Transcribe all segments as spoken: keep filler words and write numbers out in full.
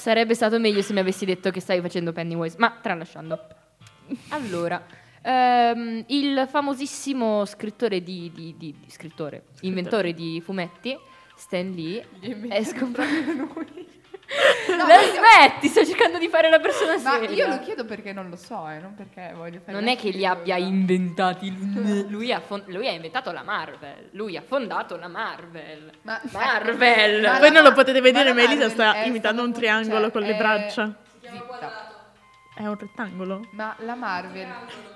sarebbe stato meglio se mi avessi detto che stavi facendo Pennywise, ma tralasciando. Allora, ehm, il famosissimo scrittore di, di, di, di scrittore, scrittore, inventore di fumetti, Stan Lee, è scomparso lui. No, la smetti, sto cercando di fare la persona ma seria. Ma io lo chiedo perché non lo so, eh, non perché voglio fare. Non è che li abbia inventati lui. Lui ha, fond- lui ha inventato la Marvel. Lui ha fondato la Marvel. Ma, Marvel. Ma voi non lo potete vedere, ma Elisa sta è imitando un triangolo, cioè, con le è... braccia. Si chiama quadrato. È un rettangolo? Ma la Marvel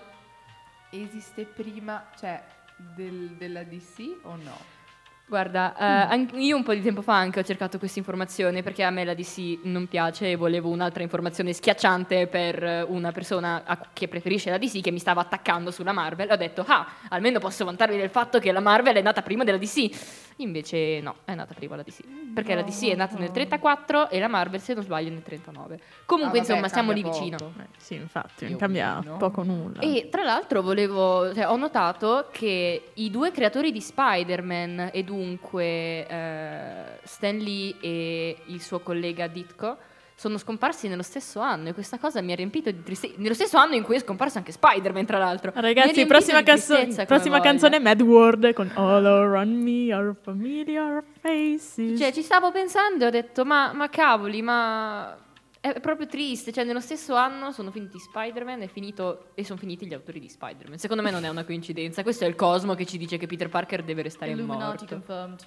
esiste prima, cioè, del, della D C o no? Guarda, uh, anche io un po' di tempo fa anche ho cercato questa informazione perché a me la D C non piace e volevo un'altra informazione schiacciante per una persona a- che preferisce la D C che mi stava attaccando sulla Marvel. Ho detto, ah, almeno posso vantarmi del fatto che la Marvel è nata prima della D C. Invece no, è nata prima la D C. Perché no, la D C è nata nel trentaquattro e la Marvel, se non sbaglio, nel trentanove. Comunque, ah, vabbè, insomma, siamo lì poco. vicino. Eh, sì, infatti, non cambia no? poco nulla. E tra l'altro volevo, cioè, ho notato che i due creatori di Spider-Man e dunque eh, Stan Lee e il suo collega Ditko sono scomparsi nello stesso anno e questa cosa mi ha riempito di tristezza. Nello stesso anno in cui è scomparso anche Spider-Man, tra l'altro. Ragazzi, prossima, canzo- prossima canzone Mad World con All Around Me Are Familiar Faces. Cioè, ci stavo pensando e ho detto, ma, ma cavoli, ma è proprio triste. Cioè, nello stesso anno sono finiti Spider-Man è finito, e sono finiti gli autori di Spider-Man. Secondo me non è una coincidenza. Questo è il cosmo che ci dice che Peter Parker deve restare Illuminati morto. confirmed.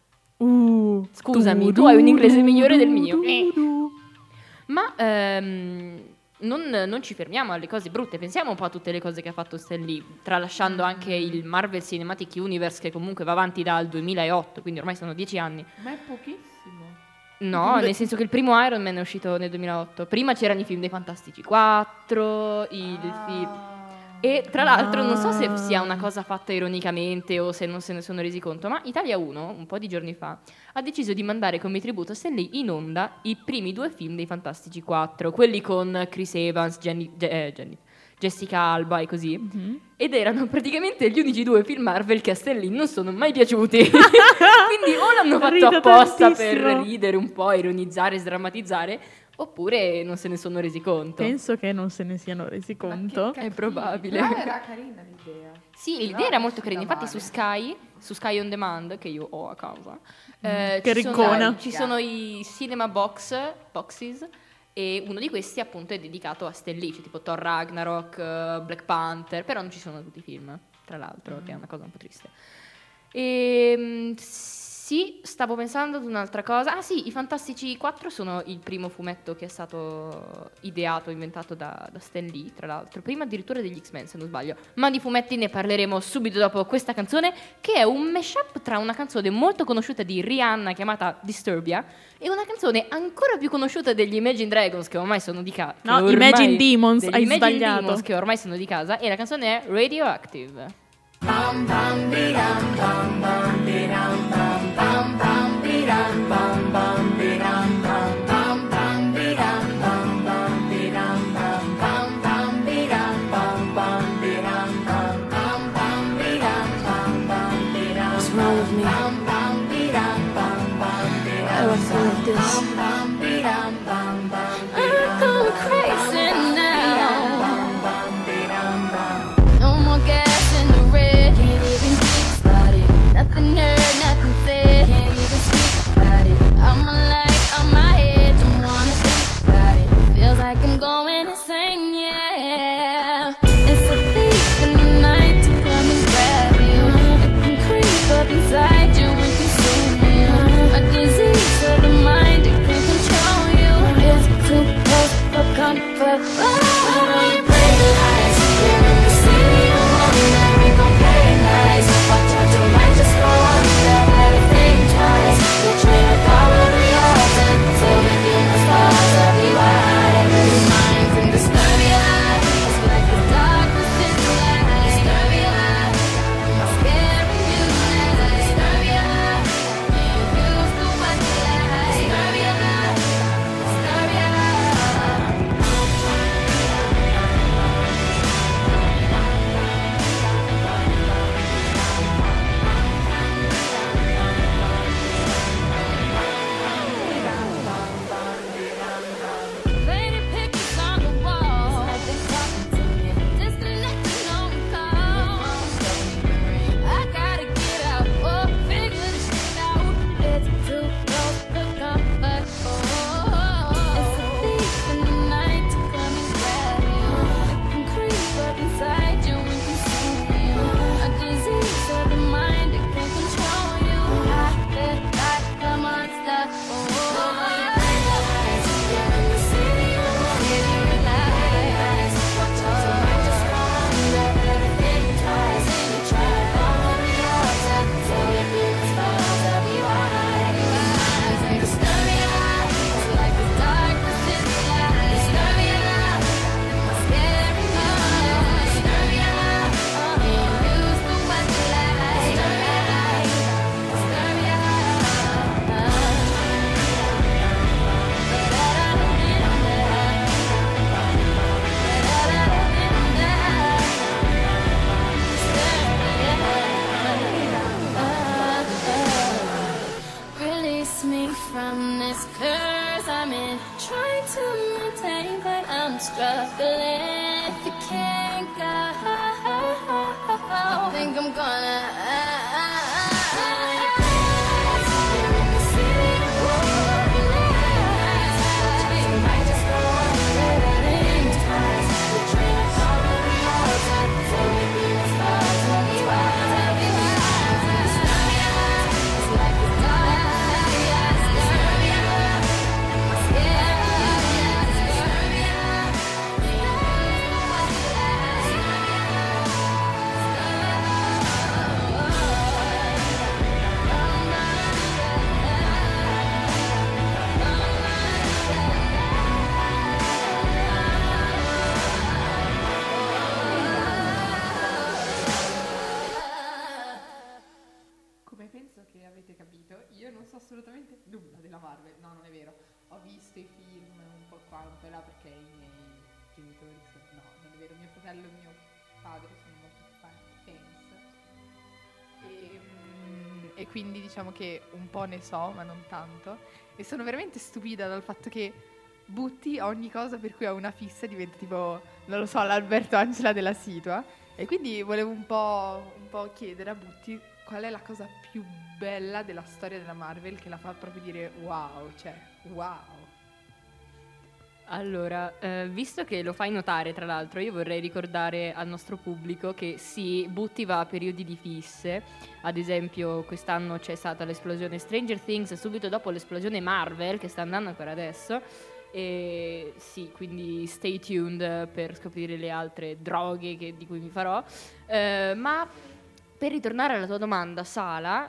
Uh, Scusami, du, tu hai un inglese du, migliore del du, mio. du, du. Ma ehm, non, non ci fermiamo alle cose brutte, pensiamo un po' a tutte le cose che ha fatto Stan Lee, tralasciando anche il Marvel Cinematic Universe che comunque va avanti dal duemilaotto, quindi ormai sono dieci anni. Ma è pochissimo. No, nel senso che il primo Iron Man è uscito nel duemilaotto. Prima c'erano i film dei Fantastici quattro, il Ah. film... E tra l'altro non so se sia una cosa fatta ironicamente o se non se ne sono resi conto, ma Italia uno, un po' di giorni fa, ha deciso di mandare come tributo a Stan Lee in onda i primi due film dei Fantastici quattro, quelli con Chris Evans, Jenny, eh, Jenny, Jessica Alba e così. Mm-hmm. Ed erano praticamente gli unici due film Marvel che a Stan Lee non sono mai piaciuti. Quindi o l'hanno fatto Rido apposta tantissimo. per ridere un po', ironizzare, sdrammatizzare, oppure non se ne sono resi conto. Penso che non se ne siano resi conto. È probabile. Però era carina l'idea. Sì, l'idea No, era molto carina. da Infatti male. su Sky, su Sky On Demand, che io ho a casa, eh, che ci, riccona. sono, ci sono i cinema box, boxes, e uno di questi appunto è dedicato a Stan Lee, cioè tipo Thor Ragnarok, eh, Black Panther, però non ci sono tutti i film, tra l'altro, mm. che è una cosa un po' triste. E sì, stavo pensando ad un'altra cosa. Ah sì, i Fantastici quattro sono il primo fumetto che è stato ideato, inventato da, da Stan Lee, tra l'altro, prima addirittura degli X-Men se non sbaglio, ma di fumetti ne parleremo subito dopo questa canzone, che è un mashup tra una canzone molto conosciuta di Rihanna chiamata Disturbia e una canzone ancora più conosciuta degli Imagine Dragons che ormai sono di casa. No, Imagine Demons, hai Imagine sbagliato. Demons che ormai sono di casa, e la canzone è Radioactive. Bam bam biram bam bam biram bam bam bam biram bam bam biram bam bam bam biram bam bam biram bam bam bam biram bam bam biram bam bam bam biram bam bam biram. What's wrong with me? Bam bam biram bam bam biram. Why do I feel like this? Bam bam biram bam bam biram. I'm going crazy now. Bam bam biram bam. No more gas in the red. Can't even think about it. Nothing heard, nothing said. climbing, trying to maintain, but I'm struggling. If you can't go, I think I'm gonna. Come penso che avete capito, io non so assolutamente nulla della Marvel. No, non è vero. Ho visto i film un po' qua, un po' là, perché i miei genitori sono... No, non è vero. Mio fratello e mio padre sono molto fan- fans. E, mm, e quindi diciamo che un po' ne so, ma non tanto. E sono veramente stupida dal fatto che butti ogni cosa per cui ho una fissa, diventa tipo, non lo so, l'Alberto Angela della Situa. E quindi volevo un po', un po' chiedere a Butti qual è la cosa più bella della storia della Marvel che la fa proprio dire wow, cioè wow. Allora, eh, visto che lo fai notare, tra l'altro, io vorrei ricordare al nostro pubblico che sì, Butti va a periodi di fisse. Ad esempio, quest'anno c'è stata l'esplosione Stranger Things, subito dopo l'esplosione Marvel, che sta andando ancora adesso. E sì, quindi stay tuned per scoprire le altre droghe che- di cui mi farò. Eh, ma per ritornare alla tua domanda, Sala,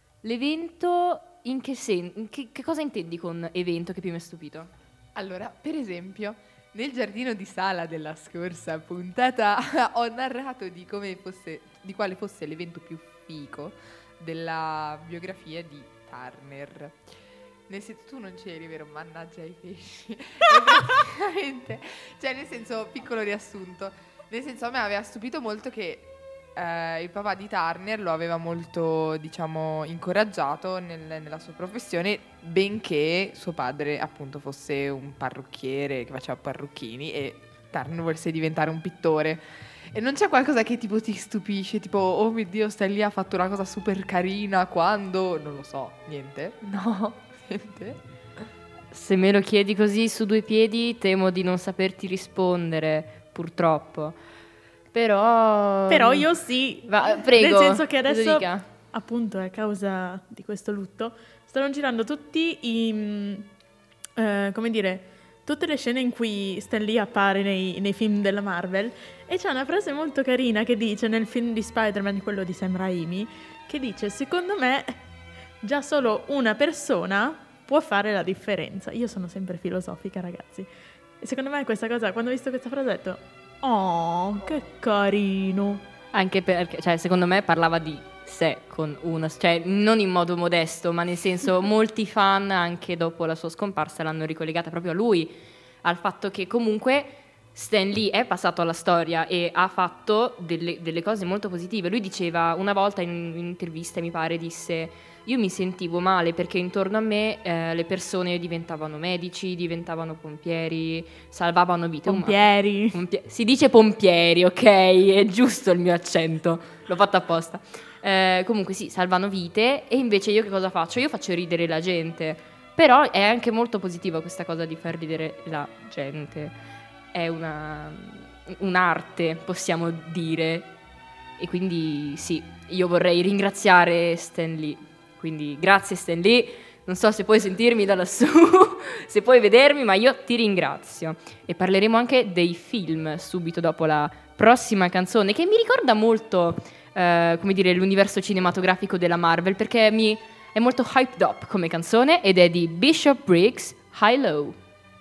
l'evento in che senso? Che, che cosa intendi con evento che più mi ha stupito? Allora, per esempio, nel giardino di Sala della scorsa puntata ho narrato di come fosse, di quale fosse l'evento più fico della biografia di Turner. Nel senso, tu non c'eri, vero? Mannaggia i pesci. E praticamente, cioè nel senso, piccolo riassunto, nel senso a me aveva stupito molto che eh, il papà di Turner lo aveva molto, diciamo, incoraggiato nel- nella sua professione, benché suo padre appunto fosse un parrucchiere che faceva parrucchini e Turner volesse diventare un pittore. E non c'è qualcosa che tipo ti stupisce, tipo oh mio Dio, stai lì, ha fatto una cosa super carina quando, non lo so, niente? No, niente. Se me lo chiedi così su due piedi, temo di non saperti rispondere, purtroppo. Però... Però io sì. Va, prego. Nel senso che cosa adesso, dica? appunto, a causa di questo lutto, stanno girando tutti i... mm, eh, come dire, tutte le scene in cui Stan Lee appare nei, nei film della Marvel, e c'è una frase molto carina che dice nel film di Spider-Man, quello di Sam Raimi, che dice: secondo me già solo una persona può fare la differenza. Io sono sempre filosofica, ragazzi, e secondo me questa cosa, quando ho visto questa frase ho detto oh, che carino. Anche perché, cioè, secondo me parlava di sé con una, cioè non in modo modesto, ma nel senso molti fan anche dopo la sua scomparsa l'hanno ricollegata proprio a lui, al fatto che comunque Stan Lee è passato alla storia e ha fatto delle, delle cose molto positive. Lui diceva una volta in un'intervista, mi pare, disse: io mi sentivo male perché intorno a me eh, le persone diventavano medici, diventavano pompieri, salvavano vite umane. Pompieri. Pompie- si dice pompieri, ok? È giusto il mio accento, l'ho fatto apposta. Eh, comunque sì, salvano vite, e invece io che cosa faccio? Io faccio ridere la gente. Però è anche molto positiva questa cosa di far ridere la gente. È una, un'arte, possiamo dire. E quindi sì, io vorrei ringraziare Stan Lee. Quindi grazie Stan Lee, non so se puoi sentirmi da lassù, se puoi vedermi, ma io ti ringrazio. E parleremo anche dei film subito dopo la prossima canzone, che mi ricorda molto, eh, come dire, l'universo cinematografico della Marvel, perché mi è molto hyped up come canzone, ed è di Bishop Briggs, High Low.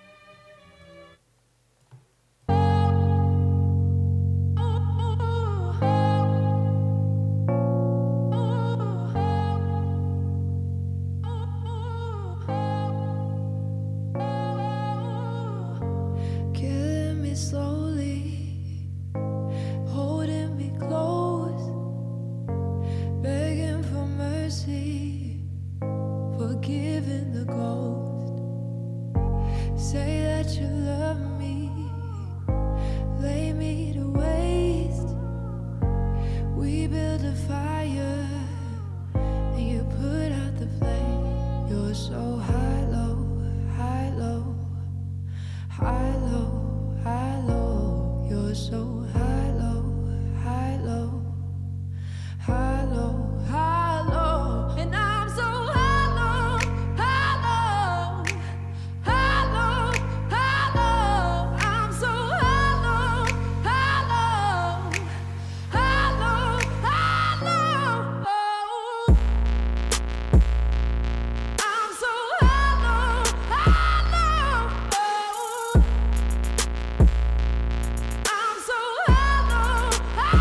Killing me slowly, holding me close, begging for mercy, forgiving the ghost. Say that you love me, lay me to waste. We build a fire and you put out the flame. You're so high, low, high, low, high, low, high, low. You're so high, low, high, low, high, low, high, low. And I'm so high, low, high, low, high, low, high, low. I'm so high, low, high, low, high, low, high, low. I'm so high, low, high, low. I'm so high, low,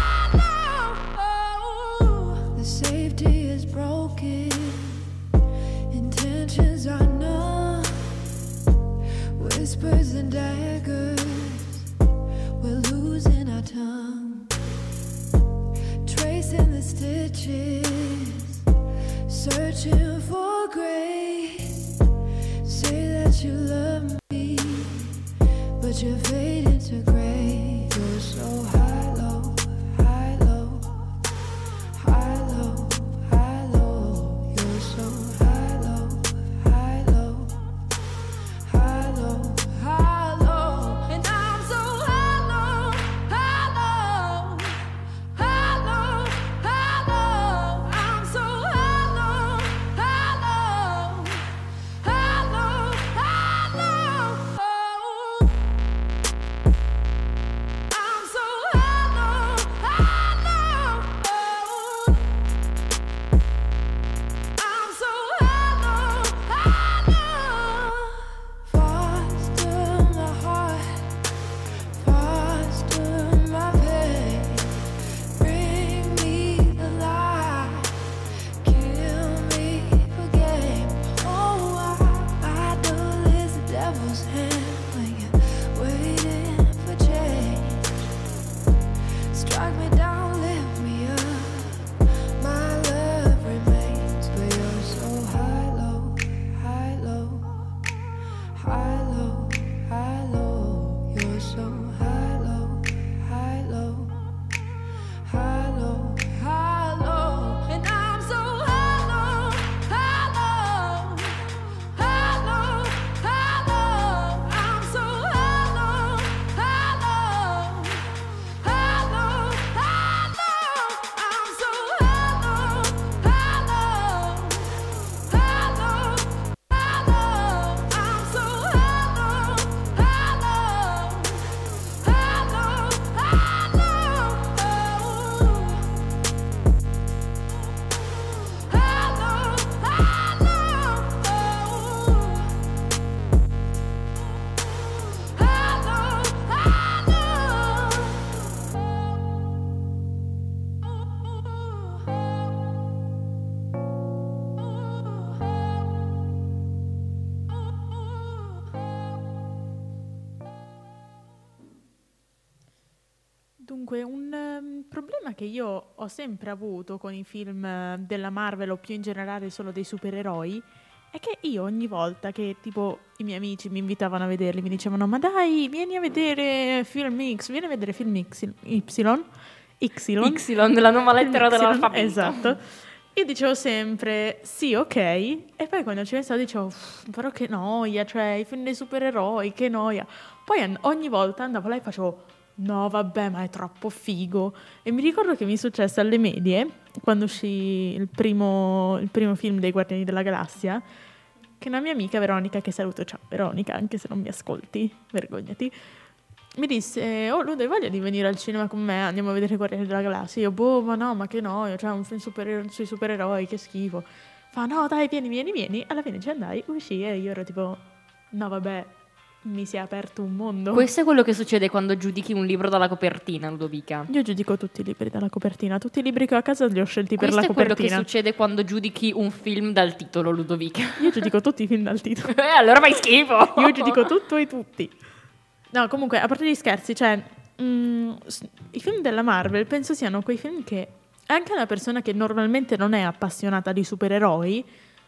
high, low. The safety is broken, intentions are numb. Whispers and daggers, we're losing our tongue. Tracing the stitches, searching for grace. Say that you love me, but you fade into gray. You're so high, low, high, low, high, low, high, low. You're so high, low, high, low, high, low, high, low. And I'm so high, low, high, low, high, low, high, low. I'm so high, low, high, low, high, low, high, low. I'm so high, low, high, low. I'm so high, low, high, low. Foster my heart, foster my pain. Bring me the light, kill me for game. Oh, I idol is the devil's hand when you're waiting for change. Strike me down, lift me up. My love remains, but you're so high, low, high, low, high, low, high, low. You're so high, low, high, low, high, low, high, low. And I'm so high, low, high, low, high, low, high, low. I'm so high, low, high, low, high, low, high, low. I'm so high, low, high, low, high, low, high, low. I'm so high, low, high, low, high, low, high, low. High, low, high, low. High, low, Dunque, un ehm, problema che io ho sempre avuto con i film eh, della Marvel o più in generale solo dei supereroi è che io ogni volta che tipo i miei amici mi invitavano a vederli, mi dicevano ma dai, vieni a vedere film X, vieni a vedere film X, Y, Y, Y, la nuova lettera Y, dell'alfabeto. Esatto. Io dicevo sempre sì, ok, e poi quando ci pensavo dicevo "Uff, però che noia, cioè i film dei supereroi, che noia". Poi an- ogni volta andavo là e facevo no vabbè, ma è troppo figo. E mi ricordo che mi successe alle medie, quando uscì il primo, il primo film dei Guardiani della Galassia, che una mia amica Veronica, che saluto, ciao Veronica, anche se non mi ascolti, vergognati, mi disse oh Ludo, hai voglia di venire al cinema con me, andiamo a vedere Guardiani della Galassia? Io boh, ma no, ma che noia, cioè un film super- sui supereroi, che schifo. Fa no dai, vieni, vieni, vieni. Alla fine ci andai, uscì e io ero tipo no vabbè, mi si è aperto un mondo. Questo è quello che succede quando giudichi un libro dalla copertina, Ludovica. Io giudico tutti i libri dalla copertina, tutti i libri che ho a casa li ho scelti per Questo la è quello copertina. che succede quando giudichi un film dal titolo, Ludovica. Io giudico tutti i film dal titolo. Eh, allora fai schifo. Io giudico tutto e tutti. No, comunque, a parte gli scherzi, cioè, mm, s- i film della Marvel penso siano quei film che anche una persona che normalmente non è appassionata di supereroi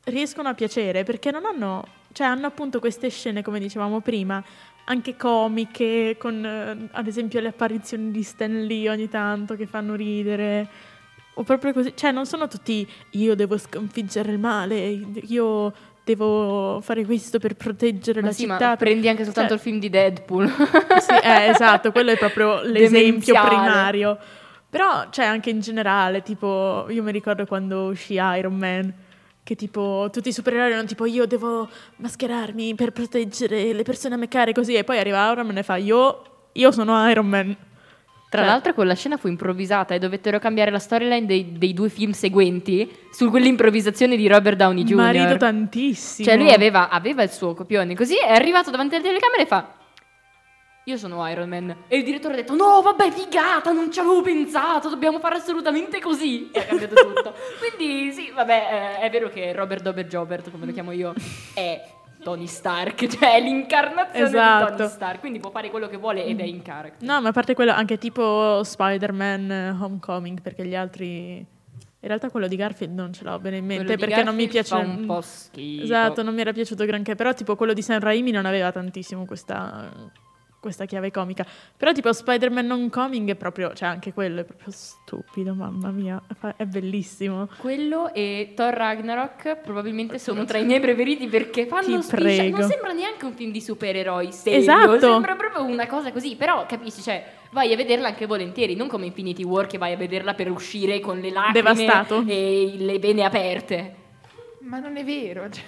riescono a piacere perché non hanno, cioè hanno appunto queste scene, come dicevamo prima, anche comiche, con eh, ad esempio le apparizioni di Stan Lee ogni tanto che fanno ridere, o proprio così, cioè non sono tutti io devo sconfiggere il male, io devo fare questo per proteggere Ma la sì, città. ma prendi anche soltanto Cioè- il film di Deadpool. Sì, eh, esatto, quello è proprio l'esempio Demenziale. primario. Però c'è anche in generale, tipo, io mi ricordo quando uscì Iron Man, che tipo tutti i supereroi erano tipo io devo mascherarmi per proteggere le persone a me care, così, e poi arriva Iron Man e fa io, io sono Iron Man. Tra Cioè, l'altro quella scena fu improvvisata e dovettero cambiare la storyline dei, dei due film seguenti su quell'improvvisazione di Robert Downey ma rido junior tantissimo. Cioè lui aveva, aveva il suo copione, così è arrivato davanti alle telecamere e fa io sono Iron Man. E il direttore ha detto no vabbè figata, non ci avevo pensato, dobbiamo fare assolutamente così. E ha cambiato tutto. Quindi sì, vabbè, eh, è vero che Robert Dober Jobert, come lo chiamo io, è Tony Stark, cioè è l'incarnazione Esatto. di Tony Stark, quindi può fare quello che vuole ed è in character. No, ma a parte quello, anche tipo Spider-Man eh, Homecoming, perché gli altri... In realtà quello di Garfield non ce l'ho bene in mente, Quello di perché non mi Garfield piace... fa un po' schifo. Esatto, non mi era piaciuto granché, però tipo quello di Sam Raimi non aveva tantissimo questa, questa chiave comica. Però tipo Spider-Man Homecoming è proprio, cioè anche quello è proprio stupido, mamma mia, fa- è bellissimo. Quello e Thor Ragnarok probabilmente sono tra i miei preferiti perché fanno Ti spiscia- prego. non sembra neanche un film di supereroi serio, Esatto. sembra proprio una cosa così, però capisci, cioè vai a vederla anche volentieri, non come Infinity War che vai a vederla per uscire con le lacrime Devastato. e le vene aperte. Ma non è vero. cioè.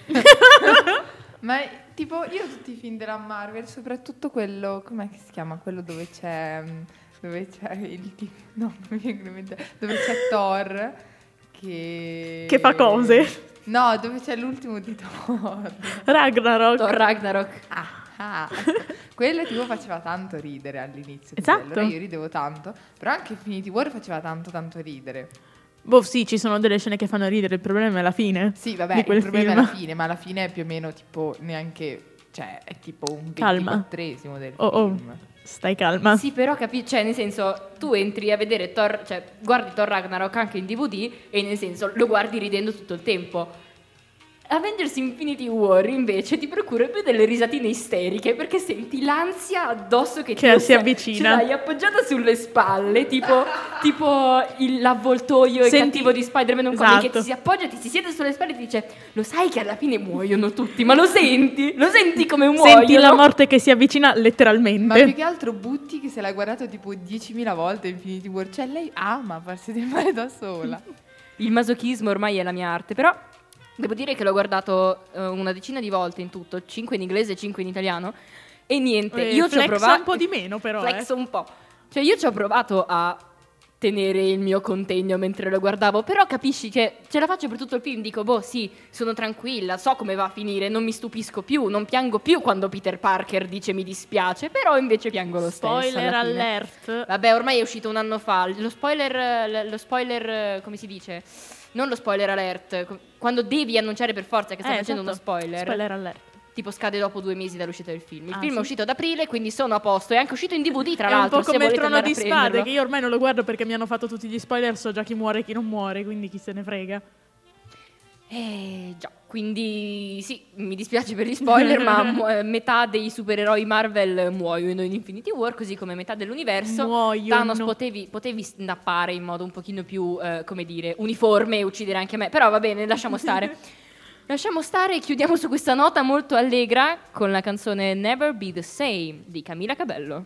Ma tipo io tutti i film della Marvel, soprattutto quello, com'è che si chiama? Quello dove c'è mm, dove c'è il tipo, no, non mi viene in mente, dove c'è Thor che Che fa cose. No, dove c'è l'ultimo di Thor. Ragnarok. Thor Ragnarok. Ah, ah. Quello tipo faceva tanto ridere all'inizio. Esatto. Allora io ridevo tanto, però anche Infinity War faceva tanto tanto ridere. Boh, sì, ci sono delle scene che fanno ridere, il problema è la fine. Sì, vabbè, di il quel problema film. è la fine, ma alla fine è più o meno tipo neanche, cioè è tipo un Calma. ventiquattresimo del Oh, oh. film. Stai calma. Sì, però capisci, cioè nel senso tu entri a vedere Thor, cioè guardi Thor Ragnarok anche in D V D e nel senso lo guardi ridendo tutto il tempo. Avengers Infinity War invece ti procura più delle risatine isteriche perché senti l'ansia addosso che, Che ti si ossa- avvicina. Ce l'hai appoggiata sulle spalle, tipo, tipo il, l'avvoltoio Senti- e cattivo di Spider-Man Homecoming che Esatto. ti si appoggia, ti si siede sulle spalle e ti dice lo sai che alla fine muoiono tutti, ma lo senti? Lo senti come muoiono? Senti la morte che si avvicina Ma più letteralmente. che altro Butti che se l'ha guardato tipo diecimila volte Infinity War, cioè lei ama farsi del male da sola. Il masochismo ormai è la mia arte, però devo dire che l'ho guardato eh, una decina di volte in tutto, cinque in inglese e cinque in italiano, e niente, Eh, io ci ho flexa provato... un po' di meno, però, Flex eh. un po'. Cioè io ci ho provato a tenere il mio contegno mentre lo guardavo, però capisci che ce la faccio per tutto il film, dico, boh sì, sono tranquilla, so come va a finire, non mi stupisco più, non piango più quando Peter Parker dice mi dispiace, però invece piango lo stesso. Spoiler alla fine. alert. Vabbè, ormai è uscito un anno fa. Lo spoiler, lo spoiler, eh, come si dice? Non lo spoiler alert. co- Quando devi annunciare per forza che stai Eh, facendo uno esatto. spoiler, Spoiler alert. tipo scade dopo due mesi dall'uscita del film. Il Ah, film sì? è uscito ad aprile, quindi sono a posto. È anche uscito in D V D, tra È un l'altro. po' se come il volete Trono andare di a Spade, prenderlo. che io ormai non lo guardo perché mi hanno fatto tutti gli spoiler, so già chi muore e chi non muore, quindi chi se ne frega. Eh già, quindi sì, mi dispiace per gli spoiler, ma mu- eh, metà dei supereroi Marvel muoiono in Infinity War, così come metà dell'universo. Muoiono. Thanos potevi, potevi snappare in modo un pochino più, eh, come dire, uniforme e uccidere anche me, però va bene, lasciamo stare. Lasciamo stare e chiudiamo su questa nota molto allegra con la canzone Never Be the Same di Camila Cabello.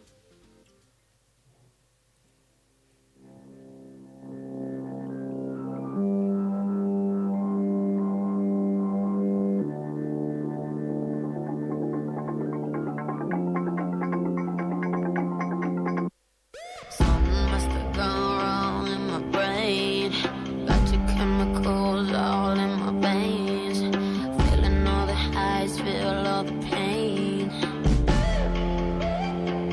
Something must have gone wrong in my brain. Got your chemicals all in my veins. Feeling all the highs, feel all the pain.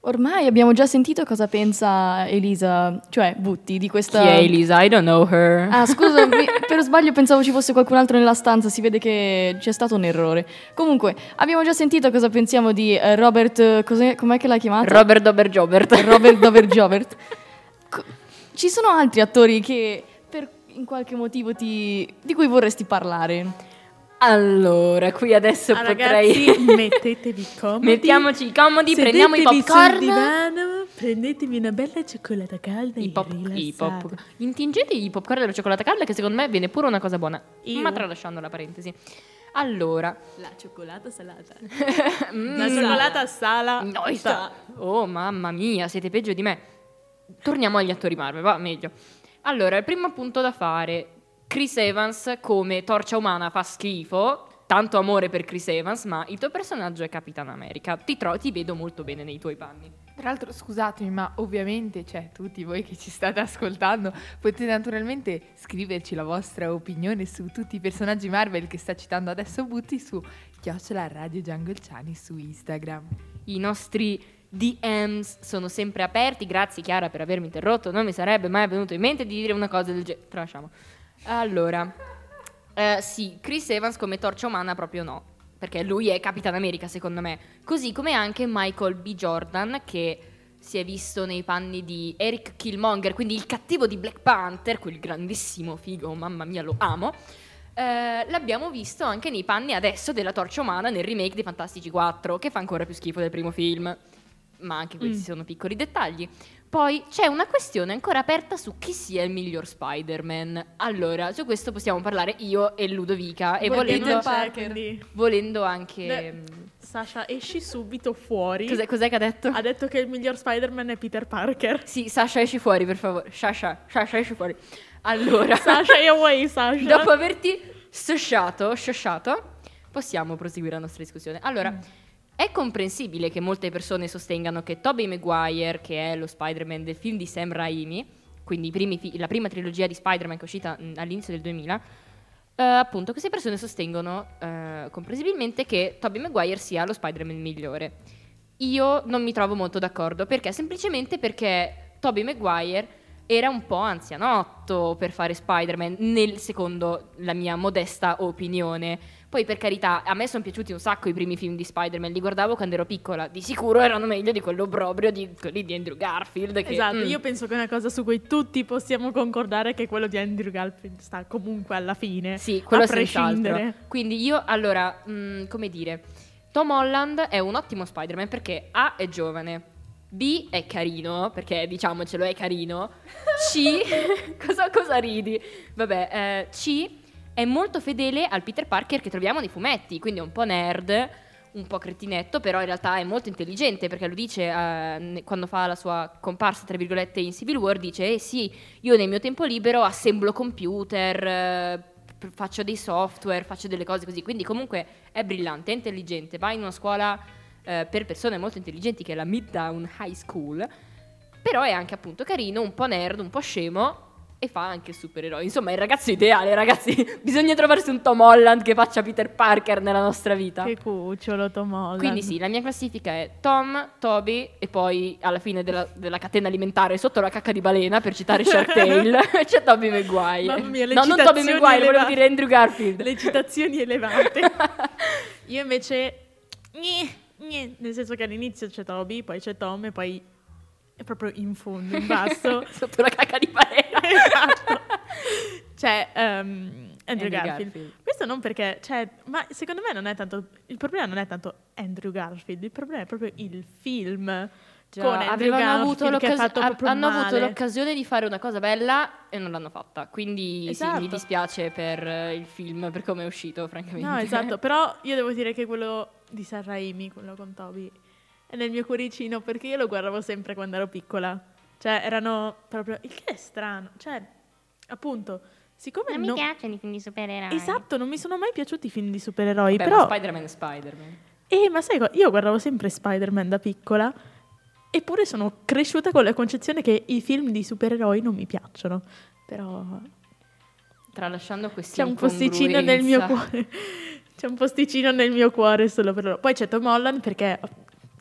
Ormai abbiamo già sentito cosa pensa Elisa, cioè Butti, di questa... Chi è Elisa? I don't know her. Ah, scusa, mi- per sbaglio pensavo ci fosse qualcun altro nella stanza, si vede che c'è stato un errore. Comunque, abbiamo già sentito cosa pensiamo di eh, Robert, eh, cos'è, com'è che l'hai chiamato? Robert Dober Jobert. Robert Dover Jobert. Co- Ci sono altri attori che per in qualche motivo ti, di cui vorresti parlare? Allora, qui adesso Ah, potrei... ragazzi, mettetevi comodi. Mettiamoci comodi, Sedetevi prendiamo i popcorn. sul divano, prendetevi una bella cioccolata calda I, e pop, rilassate. i pop. Intingete i popcorn della cioccolata calda, che secondo me viene pure una cosa buona. Io. Ma tralasciando la parentesi. Allora, La cioccolata salata. mm, La cioccolata sala. noi sta. Oh, mamma mia, siete peggio di me. Torniamo agli attori Marvel, va meglio. Allora, il primo punto da fare. Chris Evans come Torcia Umana fa schifo. Tanto amore per Chris Evans, ma il tuo personaggio è Capitan America. Ti, tro- ti vedo molto bene nei tuoi panni. Tra l'altro, scusatemi, ma ovviamente, cioè, tutti voi che ci state ascoltando, potete naturalmente scriverci la vostra opinione su tutti i personaggi Marvel che sta citando adesso Butti su chiocciola Radio Giangolciani su Instagram. I nostri D Ms sono sempre aperti. Grazie Chiara per avermi interrotto. Non mi sarebbe mai venuto in mente di dire una cosa del genere. Tralasciamo. Allora, eh, sì, Chris Evans come Torcia Umana proprio no, perché lui è Capitan America secondo me. Così come anche Michael B. Jordan, che si è visto nei panni di Eric Killmonger, quindi il cattivo di Black Panther, quel grandissimo figo, mamma mia lo amo. Eh, l'abbiamo visto anche nei panni adesso della Torcia Umana nel remake dei Fantastici quattro, che fa ancora più schifo del primo film. Ma anche questi Mm. sono piccoli dettagli. Poi c'è una questione ancora aperta su chi sia il miglior Spider-Man. Allora, su questo possiamo parlare io e Ludovica e Vuoi volendo, Peter Parker, quindi. volendo anche... Beh. mm, Sasha, esci subito fuori. Cos'è, cos'è che ha detto? Ha detto che il miglior Spider-Man è Peter Parker. Sì, Sasha esci fuori per favore. Sasha, Sasha esci fuori. Allora, Sasha, io away, Sasha. dopo averti sciosciato, sciosciato, possiamo proseguire la nostra discussione. Allora, Mm. è comprensibile che molte persone sostengano che Tobey Maguire, che è lo Spider-Man del film di Sam Raimi, quindi i primi fi- la prima trilogia di Spider-Man che è uscita mh, all'inizio del duemila, eh, appunto queste persone sostengono eh, comprensibilmente che Tobey Maguire sia lo Spider-Man migliore. Io non mi trovo molto d'accordo, perché semplicemente perché Tobey Maguire era un po' anzianotto per fare Spider-Man, nel secondo la mia modesta opinione. Poi per carità, a me sono piaciuti un sacco i primi film di Spider-Man, li guardavo quando ero piccola, di sicuro erano meglio di quello proprio di quelli di Andrew Garfield. Che, Esatto, mm. io penso che è una cosa su cui tutti possiamo concordare che quello di Andrew Garfield sta comunque alla fine. Sì, quello a senz'altro. prescindere. Quindi io, allora, mh, come dire, Tom Holland è un ottimo Spider-Man perché A è giovane, B è carino, perché diciamocelo è carino, C, cosa, cosa ridi? Vabbè, eh, C è molto fedele al Peter Parker che troviamo nei fumetti, quindi è un po' nerd, un po' cretinetto, però in realtà è molto intelligente, perché lo dice eh, ne- quando fa la sua comparsa, tra virgolette, in Civil War, dice, eh sì, io nel mio tempo libero assemblo computer, eh, p- faccio dei software, faccio delle cose così, quindi comunque è brillante, è intelligente, va in una scuola eh, per persone molto intelligenti che è la Midtown High School, però è anche appunto carino, un po' nerd, un po' scemo, e fa anche il supereroe. Insomma, è il ragazzo ideale, ragazzi. Bisogna trovarsi un Tom Holland che faccia Peter Parker nella nostra vita. Che cucciolo, Tom Holland. Quindi sì, la mia classifica è Tom, Toby e poi alla fine della, della catena alimentare, sotto la cacca di balena, per citare Shark Tale, c'è Tobey Maguire. Mamma mia, le no, non Tobey citazioni Maguire, volevo elevate. dire Andrew Garfield. Le citazioni elevate. Io invece... Gne, gne, nel senso che all'inizio c'è Toby, poi c'è Tom e poi è proprio in fondo, in basso. Sotto la cacca di balena. Esatto. C'è ehm, Andrew Andrew Garfield. Garfield. Questo non perché, cioè, ma secondo me non è tanto, il problema non è tanto Andrew Garfield, il problema è proprio il film Già, con Andrew avevano avuto Garfield che è l'occas- fatto ha- proprio hanno avuto male. l'occasione di fare una cosa bella e non l'hanno fatta. Quindi Esatto. sì, mi dispiace per eh, il film, per come è uscito, francamente. No, esatto, però io devo dire che quello di Sam Raimi, quello con Toby, è nel mio cuoricino perché io lo guardavo sempre quando ero piccola. Cioè, erano proprio... Il che è strano, cioè, appunto, siccome Non mi non- piacciono i film di supereroi. Esatto, non mi sono mai piaciuti i film di supereroi, Vabbè, però... ma Spider-Man è Spider-Man. Eh, ma sai, co- io guardavo sempre Spider-Man da piccola, eppure sono cresciuta con la concezione che i film di supereroi non mi piacciono. Però Tralasciando questi c'è un posticino nel mio cuore. C'è un posticino nel mio cuore solo per loro. Poi c'è Tom Holland perché, cioè,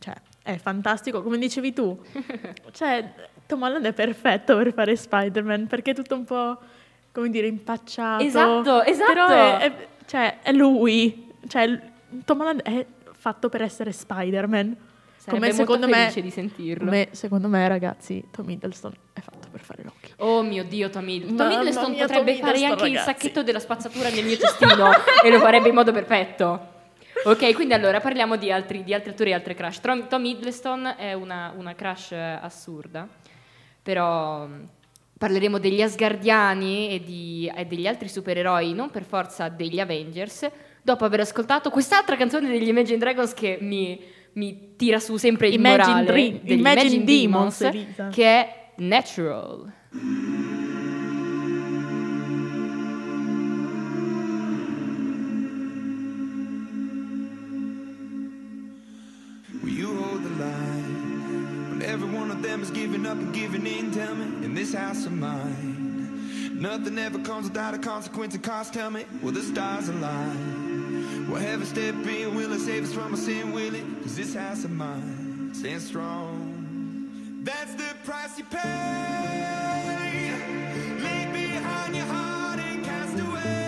è fantastico, come dicevi tu. Cioè, Tom Holland è perfetto per fare Spider-Man, perché è tutto un po', come dire, impacciato. Esatto, esatto. Però è, è- cioè, è lui. Cioè, l- Tom Holland è fatto per essere Spider-Man. Sarebbe Come secondo molto me, felice di sentirlo. come secondo me, ragazzi, Tom Hiddleston è fatto per fare Loki. Oh mio Dio, Tom Hiddleston. Tom Mamma Hiddleston mia, potrebbe Tom fare Hiddleston, anche il ragazzi. sacchetto della spazzatura nel mio cestino e lo farebbe in modo perfetto. Ok, quindi allora parliamo di altri, di altri attori e altre crush. Tom, Tom Hiddleston è una, una crush eh, assurda, però mh, parleremo degli Asgardiani e, di, e degli altri supereroi, non per forza degli Avengers, dopo aver ascoltato quest'altra canzone degli Imagine Dragons che mi, mi tira su sempre il Imagine morale, Dream- degli Imagine Demons, Elisa. che è Natural. Will you hold the line when every one of them is giving up and giving in? Tell me, in this house of mine, nothing ever comes without a consequence and cost. Tell me, will the stars align? Will heaven step in? Will it save us from our sin? Will it? Cause this house of mine stands strong. That's the price you pay. Leave behind your heart and cast away.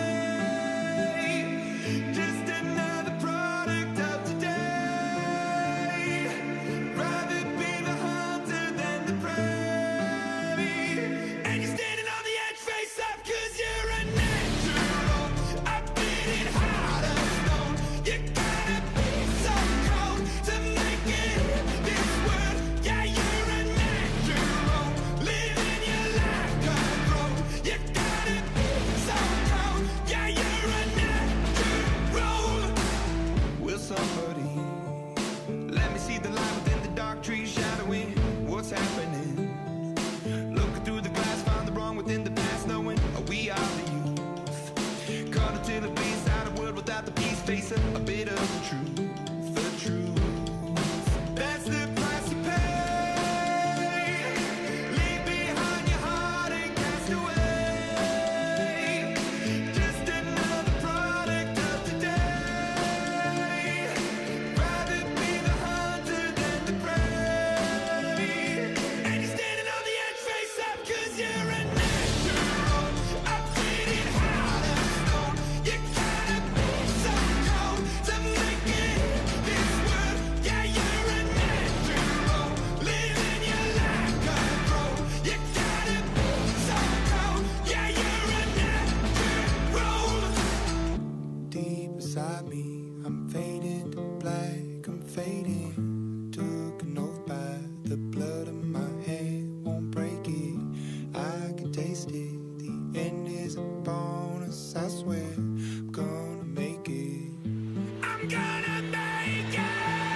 Just another product of today. Rather be the hunter than the prey. And you're standing on the edge, face up, cause you're a natural. I've been in heart of stone. You gotta be so cold to make it in this world. Yeah, you're a natural. Living your life control. You gotta be so cold. Yeah, you're a natural. Will somebody let me see the light within the dark trees shadowing what's happening? Looking through the glass, find the wrong within the past, knowing we are the youth. Caught until it bleeds out a world without the peace, facing a bit of the truth, the truth. That's the price you pay. Leave behind your heart and cast away. Just another product of today. Rather be the hunter than the prey. And you're standing on the edge, face up, cause you're a natural. I've been in heart of stone. You gotta be so cold to make it in this world. Yeah, you're a natural. Living your life control. You gotta be so cold. Yeah, you're a natural. Deep inside me, I'm fading to black, I'm fading. Took an oath by the blood of my hand, won't break it. I can taste it. The end is upon us, I swear. I'm gonna make it. I'm gonna make it.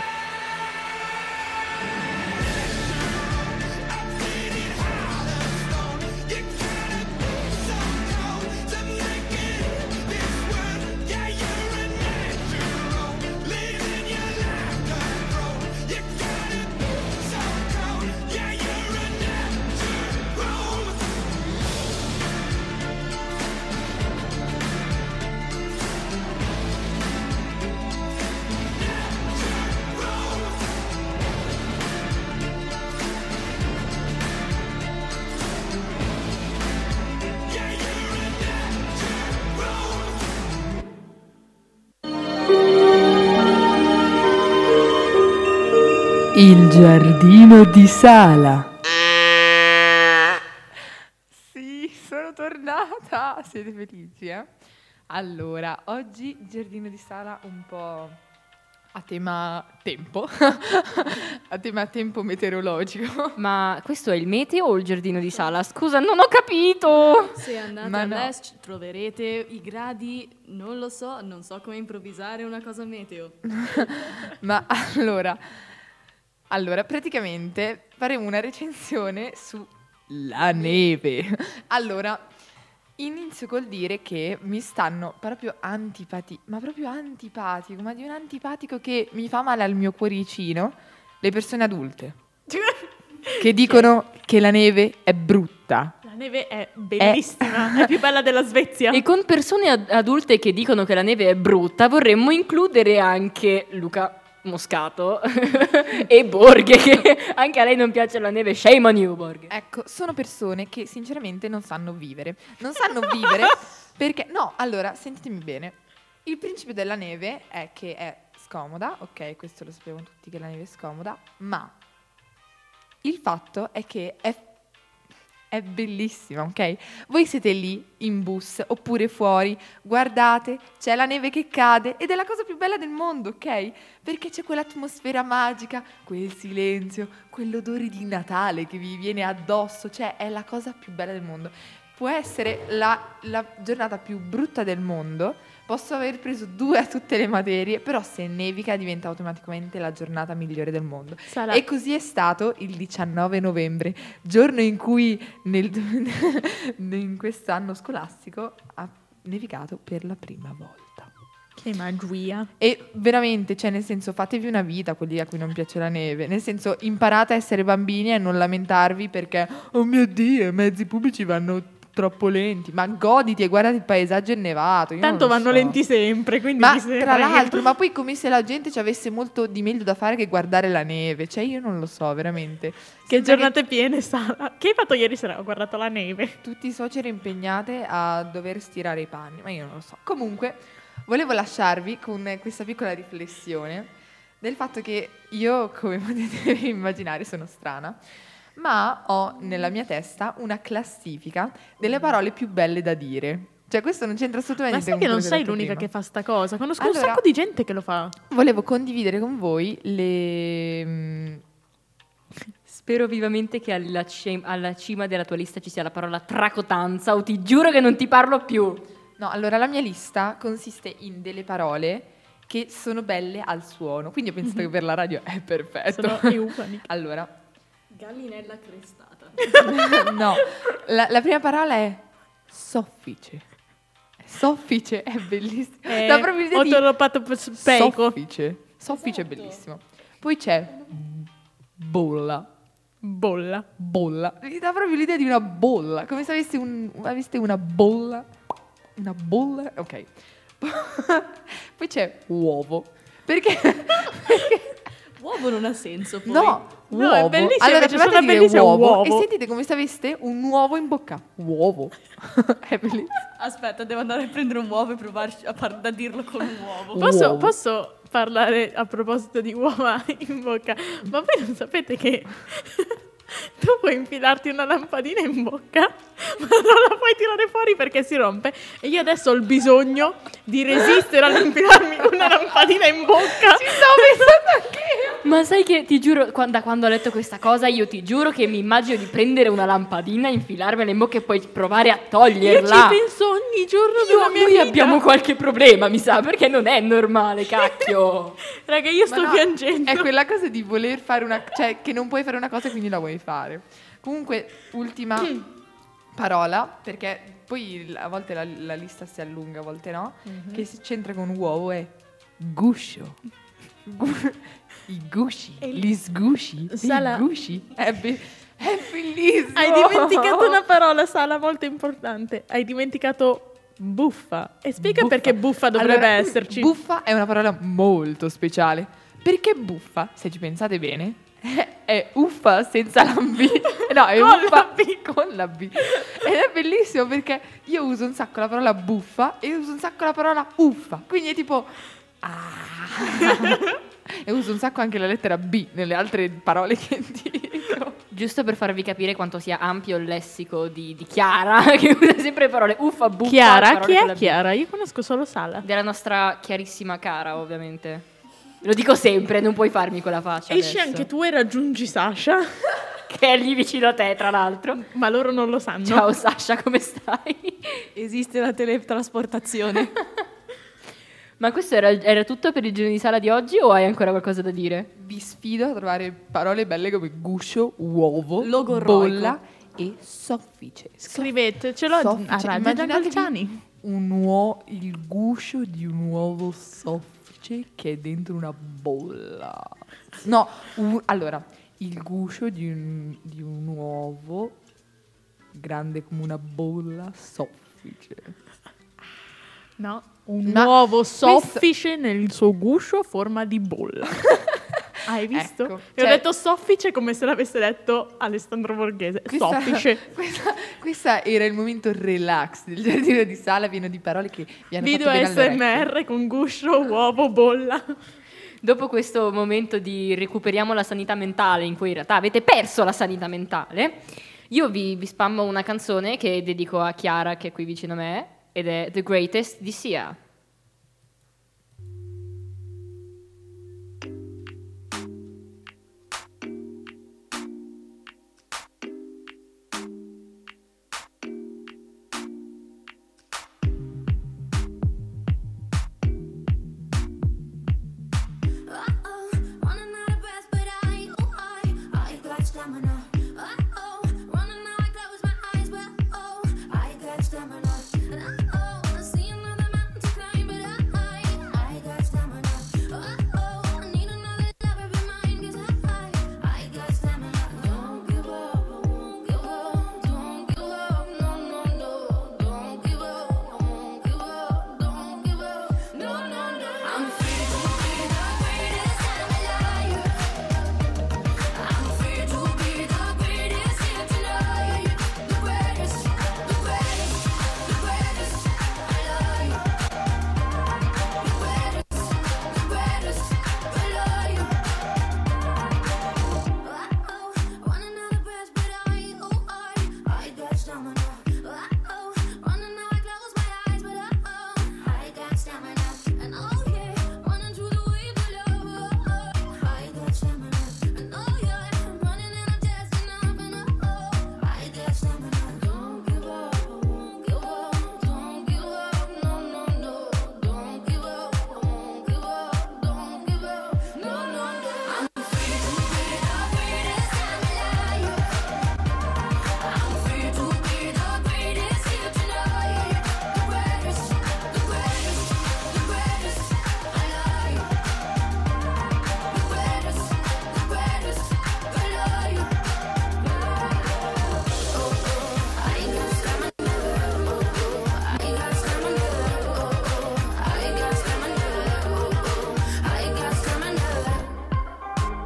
I'm feeling hot as stone. You gotta be so cold to make it in this world. Yeah, you're a natural. Living your life control. You gotta be so cold. Yeah, you're a natural. Yeah, you're a natural. Il giardino di Sala. Sì, sono tornata. Siete felici, eh? Allora, oggi giardino di Sala un po' a tema tempo, a tema tempo meteorologico. Ma questo è il meteo o il giardino di Sala? Scusa, non ho capito. Se andate Ma no. all'est troverete i gradi, non lo so, non so come improvvisare una cosa meteo. Ma allora, allora, praticamente faremo una recensione sulla neve. Allora, inizio col dire che mi stanno proprio antipati, ma proprio antipatico, ma di un antipatico che mi fa male al mio cuoricino, le persone adulte che dicono che la neve è brutta. La neve è bellissima, è più bella della Svezia. E con persone ad- adulte che dicono che la neve è brutta vorremmo includere anche Luca. Moscato e Borghe, che anche a lei non piace la neve. Shame on you, Borghe. Ecco, sono persone che sinceramente non sanno vivere. Non sanno vivere perché... No, allora, sentitemi bene. Il principio della neve è che è scomoda, ok, questo lo sappiamo tutti che la neve è scomoda, ma il fatto è che è, è bellissima, ok? Voi siete lì in bus oppure fuori, guardate, c'è la neve che cade ed è la cosa più bella del mondo, ok? Perché c'è quell'atmosfera magica, quel silenzio, quell'odore di Natale che vi viene addosso, cioè è la cosa più bella del mondo. Può essere la, la giornata più brutta del mondo, posso aver preso due a tutte le materie, però se nevica diventa automaticamente la giornata migliore del mondo. Sarà- E così è stato il diciannove novembre, giorno in cui nel, in quest'anno scolastico ha nevicato per la prima volta. Che magia. E veramente, cioè nel senso, fatevi una vita quelli a cui non piace la neve, nel senso imparate a essere bambini e non lamentarvi perché oh mio Dio, i mezzi pubblici vanno troppo lenti, ma goditi e guardati il paesaggio innevato. Io Tanto non lo vanno so. lenti sempre, quindi Ma chi se ne tra frega. l'altro, ma poi come se la gente ci avesse molto di meglio da fare che guardare la neve, cioè io non lo so veramente. Che Sembra giornate piene, Sara. Che hai fatto ieri sera? Ho guardato la neve. tutti i suoceri impegnate a dover stirare i panni, ma io non lo so. Comunque, volevo lasciarvi con questa piccola riflessione del fatto che io, come potete immaginare, sono strana, ma ho nella mia testa una classifica delle parole più belle da dire. Cioè, questo non c'entra assolutamente Ma sai con che non quello ho sei detto l'unica prima. che fa sta cosa? Conosco Allora- un sacco di gente che lo fa. Volevo condividere con voi le... mm, Spero vivamente che alla, ci- alla cima della tua lista ci sia la parola tracotanza, o ti giuro che non ti parlo più. No, allora la mia lista consiste in delle parole che sono belle al suono, quindi ho pensato che per la radio è perfetto. Sono eufaniche. Allora, Gallinella crestata. no, la, la prima parola è soffice. Soffice è bellissimo. Eh, Dà proprio l'idea di Otolopatopeico. soffice. Soffice è bellissimo. Poi c'è bolla. Bolla. Bolla. Mi dà proprio l'idea di una bolla, come se aveste, un, aveste una bolla. Una bolla? Ok. Poi c'è uovo. Perché? Uovo non ha senso poi. No, No, uovo. è bellissimo, Allora invece provate a suona dire bellissimo uovo, uovo. e sentite come se aveste un uovo in bocca. Uovo. È bellissimo. Aspetta, devo andare a prendere un uovo e provarci a, par- a dirlo con un uovo. Posso, Uovo. posso parlare a proposito di uova in bocca? Ma voi non sapete che tu puoi infilarti una lampadina in bocca, ma non la puoi tirare fuori perché si rompe. E io adesso ho il bisogno di resistere all'infilarmi una lampadina in bocca. Ci stavo pensando anche io. Ma sai che ti giuro, qua- da quando ho letto questa cosa, io ti giuro che mi immagino di prendere una lampadina, infilarmela in bocca e poi provare a Io toglierla. ci penso ogni giorno Io- della mia noi vita. abbiamo qualche problema, mi sa, perché non è normale, cacchio. Raga, io Ma sto no, piangendo. È quella cosa di voler fare una... Cioè, che non puoi fare una cosa e quindi la vuoi fare. Comunque, ultima parola, perché poi a volte la, la lista si allunga, a volte no, che si c'entra con uovo è guscio. Gu- I gusci, E gli sgusci, Sala- i gusci. È, be- è bellissimo. Hai dimenticato una parola, Sala, molto importante. Hai dimenticato buffa. E spiega Buffa. perché buffa dovrebbe Allora, esserci. Buffa è una parola molto speciale. Perché buffa, se ci pensate bene, è, è uffa senza la B. No, è Con uffa la B. con la B. Ed è bellissimo perché io uso un sacco la parola buffa e uso un sacco la parola uffa. Quindi è tipo... Ah. E uso un sacco anche la lettera B nelle altre parole che dico. Giusto per farvi capire quanto sia ampio il lessico di, di Chiara, che usa sempre parole uffa, buffa. Chiara? parole Chi con è la B. Chiara? Io conosco solo Sala. Della nostra chiarissima cara, ovviamente. Lo dico sempre, non puoi farmi quella faccia Esci adesso. anche tu e raggiungi Sasha. Che è lì vicino a te, tra l'altro. Ma loro non lo sanno. Ciao Sasha, come stai? Esiste la teletrasportazione. Ma questo era, era tutto per il giorno di sala di oggi o hai ancora qualcosa da dire? Vi sfido a trovare parole belle come guscio, uovo, Logorroico. bolla e soffice. Scrivetecelo a Soffice. Radio Immaginatevi Giancolciani. un uo- il guscio di un uovo soffice che è dentro una bolla. No, un- allora, il guscio di un, di un uovo grande come una bolla soffice. No, un Ma uovo questo- soffice nel suo guscio a forma di bolla. Hai visto? Ecco, E ho cioè- detto soffice come se l'avesse detto Alessandro Borghese. Questa, Soffice. questa, questa era il momento relax del giardino di Sala, pieno di parole che vi hanno Video fatto bene S alle M orecchie. R con guscio, uovo, bolla. Dopo questo momento di recuperiamo la sanità mentale, in cui in realtà avete perso la sanità mentale, io vi, vi spammo una canzone che dedico a Chiara, che è qui vicino a me, ed è The Greatest di Sia. Uh-oh, running out of breath, but I, oh, I, I got stamina. Uh-oh, running out, I close my eyes, but oh, I got stamina. And uh-oh, I see another mountain to climb, but I, I got stamina. Uh-oh, I need another lover be mine, 'cause I, I got stamina. Don't give up, I won't give up, don't give up, no, no, no. Don't give up, I won't give up, don't give up, no, no, no. I'm free to be the greatest I'm alive. I'm free to be the greatest here tonight. The greatest, the greatest, the greatest alive. The greatest, the greatest alive. Uh-oh, running out of breath, but I, oh, I, I got stamina. Uh-oh, running out, I close my eyes, but uh-oh, I got stamina. And oh yeah, running through the waves of love, oh, I got stamina. And oh yeah, I'm running and I'm just enough, and oh, I got stamina. Don't give up, I won't give up, don't give up, no, no, no. Don't give up, I won't give up, don't give up, no, no, no. I'm free to be the greatest I'm alive. I'm free to be the greatest here tonight. The greatest, the greatest, the greatest alive. The greatest, the greatest alive. Oh, oh, I got stamina. Oh, oh, I got stamina. Oh, oh, I got stamina. Oh, oh, I got stamina.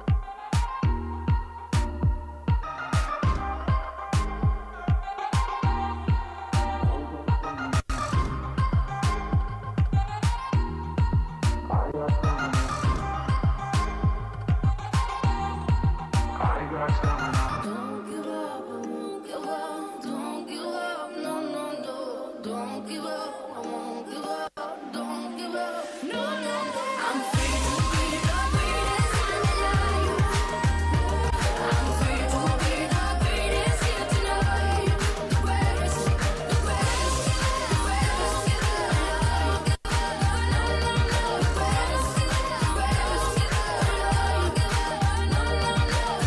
Don't give up, I won't give up. Don't give up, no, no, no. Don't give up, I won't give up. Don't give up, no, no, no. I'm free to be the greatest I'm alive. I'm free to be the greatest here tonight. The greatest, the greatest, the greatest alive. No, no, no. The greatest, the greatest alive. No, no, no.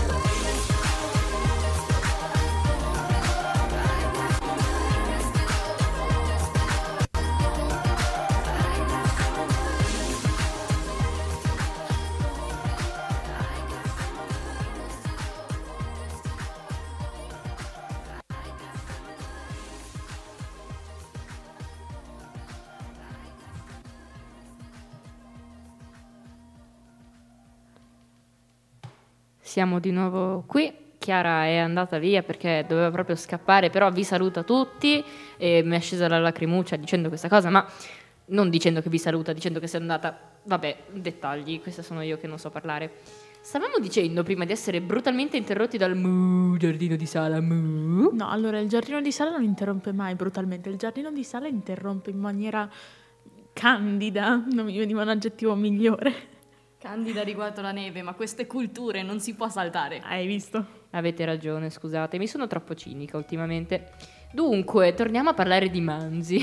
Siamo di nuovo qui. Chiara è andata via perché doveva proprio scappare, però vi saluta tutti e mi è scesa la lacrimuccia dicendo questa cosa, ma non dicendo che vi saluta, dicendo che sei andata. Vabbè, dettagli, questa sono io che non so parlare. Stavamo dicendo prima di essere brutalmente interrotti dal mu giardino di Sala mu. No, allora il giardino di Sala non interrompe mai brutalmente. Il giardino di Sala interrompe in maniera candida. Non mi veniva un aggettivo migliore. Candida riguardo la neve, ma queste culture non si può saltare. Hai visto? Avete ragione, scusate, mi sono troppo cinica ultimamente. Dunque, torniamo a parlare di manzi.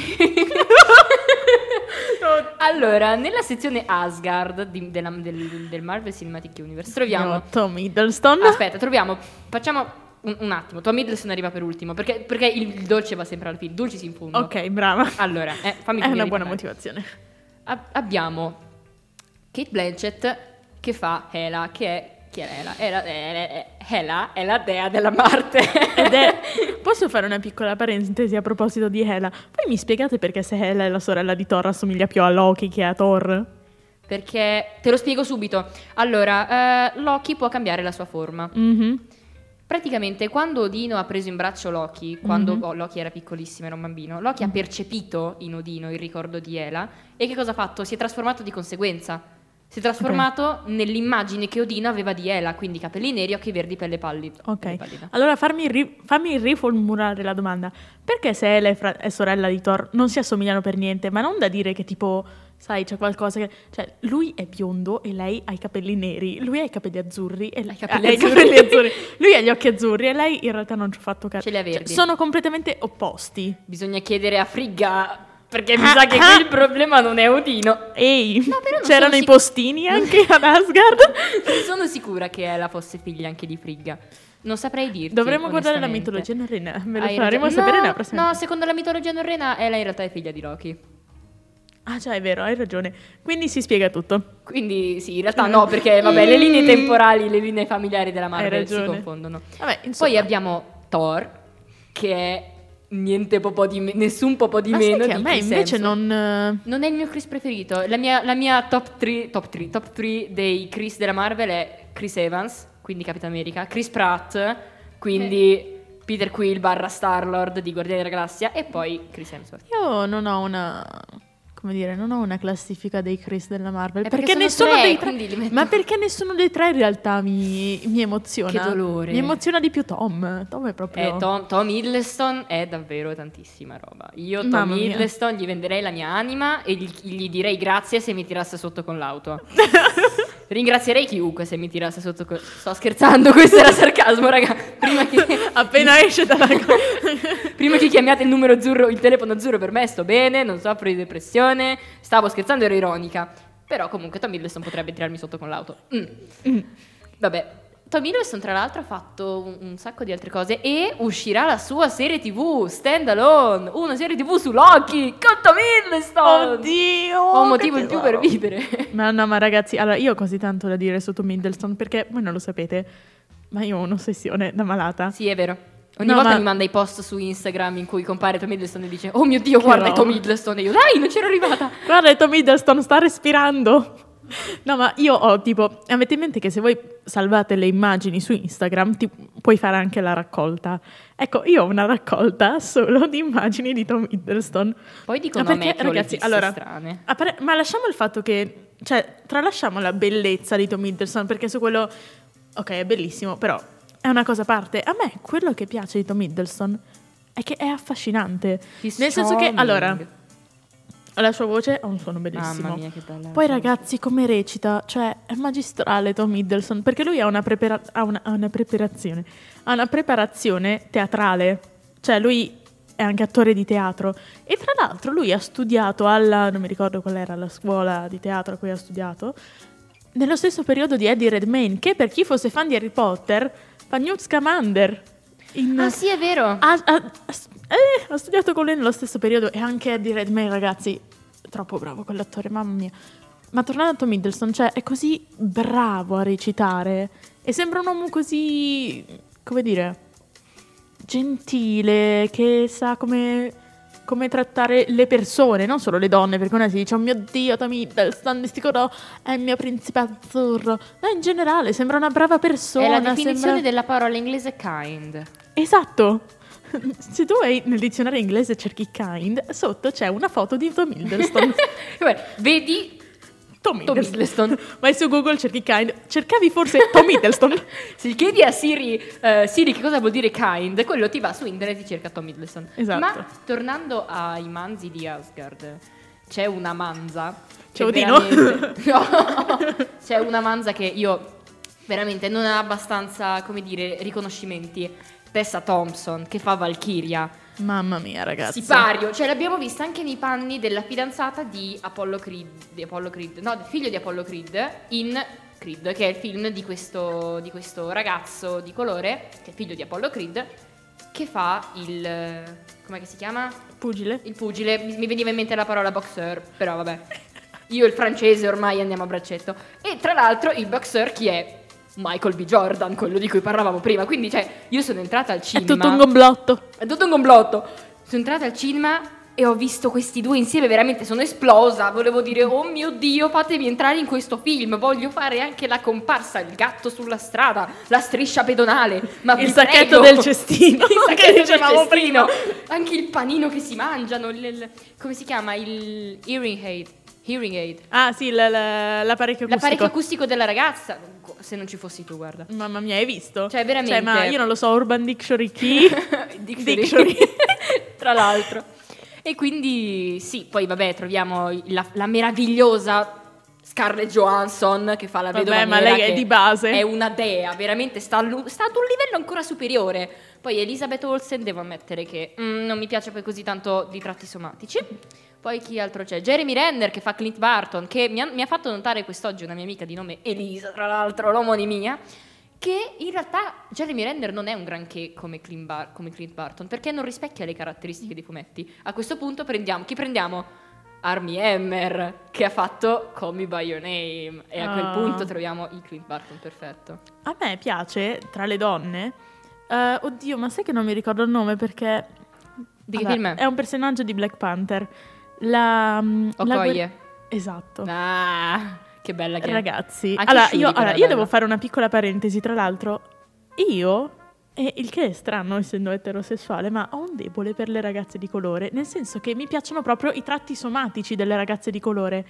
Allora, nella sezione Asgard di- della- del, del Marvel Cinematic Universe troviamo... No, Tom Hiddleston. Aspetta, troviamo... Facciamo un, un attimo. Tom Hiddleston arriva per ultimo, perché, perché il, il dolce va sempre alla fine. Il dolce si infonde. Ok, brava. Allora, eh, fammi È finire una di buona parlare. motivazione. Ab- abbiamo Kate Blanchett che fa Hela, che è Chi è Hela? Hela, è- è- Hela è la dea della Marte. Ed è... Posso fare una piccola parentesi a proposito di Hela? Poi mi spiegate perché se Hela è la sorella di Thor assomiglia più a Loki che a Thor? Perché te lo spiego subito. Allora, eh, Loki può cambiare la sua forma. Mhm. Praticamente quando Odino ha preso in braccio Loki, quando Mhm. oh, Loki era piccolissimo, era un bambino, Loki ha percepito in Odino il ricordo di Hela e che cosa ha fatto? Si è trasformato di conseguenza. Si è trasformato nell'immagine che Odino aveva di Hela, quindi capelli neri, occhi verdi, pelle pallida. Ok, Pelle pallida. allora farmi ri- fammi riformulare la domanda. Perché se Hela è, fra- è sorella di Thor non si assomigliano per niente? Ma non da dire che tipo, sai, c'è qualcosa che... Cioè, lui è biondo e lei ha i capelli neri, lui ha i capelli azzurri e lei i capelli ha i azzurri. capelli azzurri. Lui ha gli occhi azzurri e lei in realtà non ci ha fatto caso. Ce li ha verdi. sono completamente opposti. Bisogna chiedere a Frigga, perché Ah, mi sa che ah. qui il problema non è Odino. Ehi, però non c'erano sono i sic- postini anche ad Asgard? Non sono sicura che Hela fosse figlia anche di Frigga. Non saprei dirti. Dovremmo guardare la onestamente. mitologia norrena. Me lo Hai faremo ragione. sapere no, nella prossima. No, secondo la mitologia norrena, Hela in realtà è figlia di Loki. Ah, già, è vero, hai ragione. Quindi si spiega tutto. Quindi sì, in realtà no, perché vabbè, le linee temporali, le linee familiari della Marvel si ragione. confondono. Vabbè, insomma. Poi abbiamo Thor, che è niente po' po' di me- nessun po' po' di Ma sai meno che a di me Chris invece Hemsworth. non... eh, Non è il mio Chris preferito. La mia, la mia top tre top tre top tre dei Chris della Marvel è Chris Evans, quindi Capitan America, Chris Pratt, quindi Peter Quill barra Star-Lord di Guardiani della Galassia e poi Chris Hemsworth. Io non ho una... Come dire, non ho una classifica dei Chris della Marvel. Eh, perché, perché sono nessuno tre, dei tre... quindi li metto- Ma perché nessuno dei tre in realtà mi, mi emoziona. Che dolore. Mi emoziona di più Tom. Tom è proprio... Eh, Tom, Tom Hiddleston è davvero tantissima roba. Io Tom Mamma mia. Hiddleston gli venderei la mia anima e gli, gli direi grazie se mi tirasse sotto con l'auto. Ringrazierei chiunque se mi tirasse sotto con... Sto scherzando, questo era sarcasmo, raga. Prima che, Appena esce dalla... prima che chiamiate il numero azzurro, il telefono azzurro, per me sto bene, non soffro di depressione. Stavo scherzando, ero ironica. Però comunque Tom Hiddleston potrebbe tirarmi sotto con l'auto. Mm. Vabbè, Tom Hiddleston tra l'altro ha fatto un, un sacco di altre cose e uscirà la sua serie tv stand alone, una serie tv su Loki con Tom Hiddleston. Oddio! Ho un motivo che in più per tesoro. vivere. Ma no, ma ragazzi, allora io ho così tanto da dire su Tom Hiddleston perché voi non lo sapete, ma io ho un'ossessione da malata. Sì, è vero. Ogni No, volta ma- mi manda i post su Instagram in cui compare Tom Hiddleston e dice: oh mio Dio, Che guarda è roba. Tom Hiddleston. E io, dai, non c'ero arrivata. Guarda, Tom Hiddleston sta respirando. No, ma io ho tipo, avete in mente che se voi salvate le immagini su Instagram ti puoi fare anche la raccolta. Ecco, io ho una raccolta solo di immagini di Tom Hiddleston. Poi dicono Ma a me perché, che ho le ragazzi, fisse allora, strane. a pare- ma lasciamo il fatto che, cioè, tralasciamo la bellezza di Tom Hiddleston perché su quello, ok, è bellissimo, però è una cosa a parte. A me quello che piace di Tom Hiddleston è che è affascinante. He's Nel senso che, charming. allora, la sua voce ha un suono bellissimo. Mamma mia, che bella. Poi ragazzi, come recita, cioè è magistrale Tom Hiddleston, perché lui ha una, prepara- ha una, ha una preparazione, ha una preparazione teatrale, cioè lui è anche attore di teatro e tra l'altro lui ha studiato alla, non mi ricordo qual era la scuola di teatro a cui ha studiato, nello stesso periodo di Eddie Redmayne, che per chi fosse fan di Harry Potter fa Newt Scamander. In- Ah sì, è vero. ha, ha- ha- eh, ha studiato con lui nello stesso periodo e anche Eddie Redmayne, ragazzi, troppo bravo quell'attore, mamma mia. Ma tornando a Tom Hiddleston, cioè è così bravo a recitare e sembra un uomo così, come dire, gentile, che sa come, come trattare le persone, non solo le donne, perché una si dice, oh mio Dio, Tom Hiddleston, di sicuro è il mio principe azzurro. Ma in generale sembra una brava persona. È la definizione sembra- della parola inglese kind. Esatto. Se tu vai nel dizionario inglese e cerchi kind, sotto c'è una foto di Tom Hiddleston. Vabbè, vedi Tom Tom Hiddleston. Hiddleston. Vai su Google, cerchi kind. Cercavi forse Tom Hiddleston? Se chiedi a Siri, eh, Siri che cosa vuol dire kind, quello ti va su internet e cerca Tom Hiddleston. Esatto. Ma tornando ai manzi di Asgard, c'è una manza. C'è che Odino? veramente- No, c'è una manza che io veramente non ha abbastanza, come dire, riconoscimenti. Tessa Thompson che fa Valkyria. Mamma mia, ragazzi. Sipario, cioè l'abbiamo vista anche nei panni della fidanzata di Apollo Creed, di Apollo Creed, no, del figlio di Apollo Creed in Creed, che è il film di questo, di questo ragazzo di colore, che è figlio di Apollo Creed, che fa il, com'è che si chiama? Pugile. Il pugile, mi, mi veniva in mente la parola boxer, però vabbè, io e il francese ormai andiamo a braccetto. E tra l'altro il boxer chi è? Michael B. Jordan, quello di cui parlavamo prima. Quindi, cioè, io sono entrata al È cinema. tutto un complotto. È tutto un complotto. Sono entrata al cinema e ho visto questi due insieme, veramente sono esplosa. Volevo dire, oh mio Dio, fatemi entrare in questo film. Voglio fare anche la comparsa, il gatto sulla strada, la striscia pedonale. Ma vi Il sacchetto prego. del cestino. Il sacchetto che del dicevamo cestino. prima. Anche il panino che si mangiano. il- il- come si chiama? Il hearing aid. Hearing aid. Ah sì, l- l- l'apparecchio acustico. L'apparecchio acustico della ragazza. Se non ci fossi tu, guarda. Mamma mia, hai visto? Cioè, veramente. ma io non lo so, Urban Dictionary key. Dictionary. Dictionary. Tra l'altro. E quindi sì, poi vabbè, troviamo la, la meravigliosa Scarlett Johansson che fa la Vabbè, vedova ma nera, lei è che di base. è una dea, veramente sta, allu- sta ad un livello ancora superiore. Poi Elizabeth Olsen, devo ammettere che mm, non mi piace poi così tanto di tratti somatici. Poi chi altro c'è? Jeremy Renner che fa Clint Barton, che mi ha, mi ha fatto notare quest'oggi una mia amica di nome Elisa, tra l'altro, l'omonimia, che in realtà Jeremy Renner non è un granché come Clint, Bar- come Clint Barton, perché non rispecchia le caratteristiche dei fumetti. A questo punto prendiamo, chi prendiamo? Armie Hammer, che ha fatto Call Me By Your Name, e a quel Ah. punto troviamo il Clint Barton perfetto. A me piace, tra le donne, eh, oddio, ma sai che non mi ricordo il nome perché... Di che Vabbè, film è? È un personaggio di Black Panther. La... mm, la Okoye. guer- Esatto. Ah, che bella che è. Ragazzi, Anche allora, Shuri io, però allora, è io bella. devo fare una piccola parentesi, tra l'altro, io, e il che è strano essendo eterosessuale, ma ho un debole per le ragazze di colore, nel senso che mi piacciono proprio i tratti somatici delle ragazze di colore.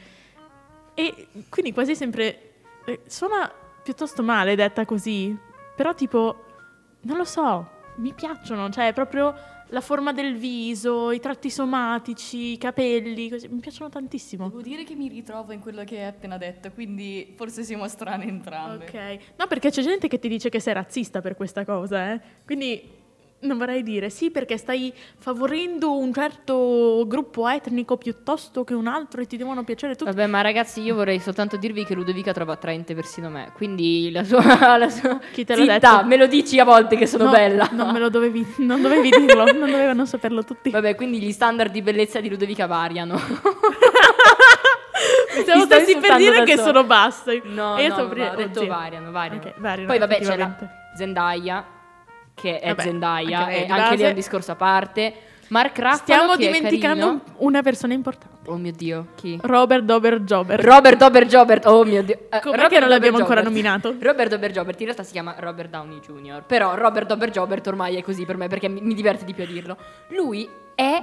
E quindi quasi sempre, eh, suona piuttosto male detta così, però tipo, non lo so, mi piacciono, cioè proprio la forma del viso, i tratti somatici, i capelli, così, mi piacciono tantissimo. Devo dire che mi ritrovo in quello che hai appena detto, quindi forse siamo strane entrambe. Ok, no, perché c'è gente che ti dice che sei razzista per questa cosa, eh. Quindi non vorrei dire sì perché stai favorendo un certo gruppo etnico piuttosto che un altro e ti devono piacere tutti. Vabbè, ma ragazzi, io vorrei soltanto dirvi che Ludovica trova attraente persino me, quindi la sua, la sua Chi te l'ha zitta, detto? me lo dici a volte che sono No, bella. Non me lo dovevi, non dovevi dirlo, non dovevano saperlo tutti. Vabbè, quindi gli standard di bellezza di Ludovica variano. Siamo Mi sto stati per insultando dire da che sola. sono basse. No, E io no, sto no, per- ho detto oddio. variano, variano. Ok, variano, Poi vabbè, c'è la effettivamente. Zendaya, che è Vabbè, Zendaya, anche lei e di anche lì base. è un discorso a parte. Mark Ruffalo, Stiamo che è dimenticando carino. una persona importante. Oh mio Dio, chi? Robert Dober Jobber. Robert Dober Jobert, oh mio Dio. Eh, Com'è Robert che non l'abbiamo Dober ancora Jobert. nominato? Robert Dober Jobert in realtà si chiama Robert Downey junior Però Robert Dober Jobert ormai è così per me perché mi, mi diverte di più a dirlo. Lui è...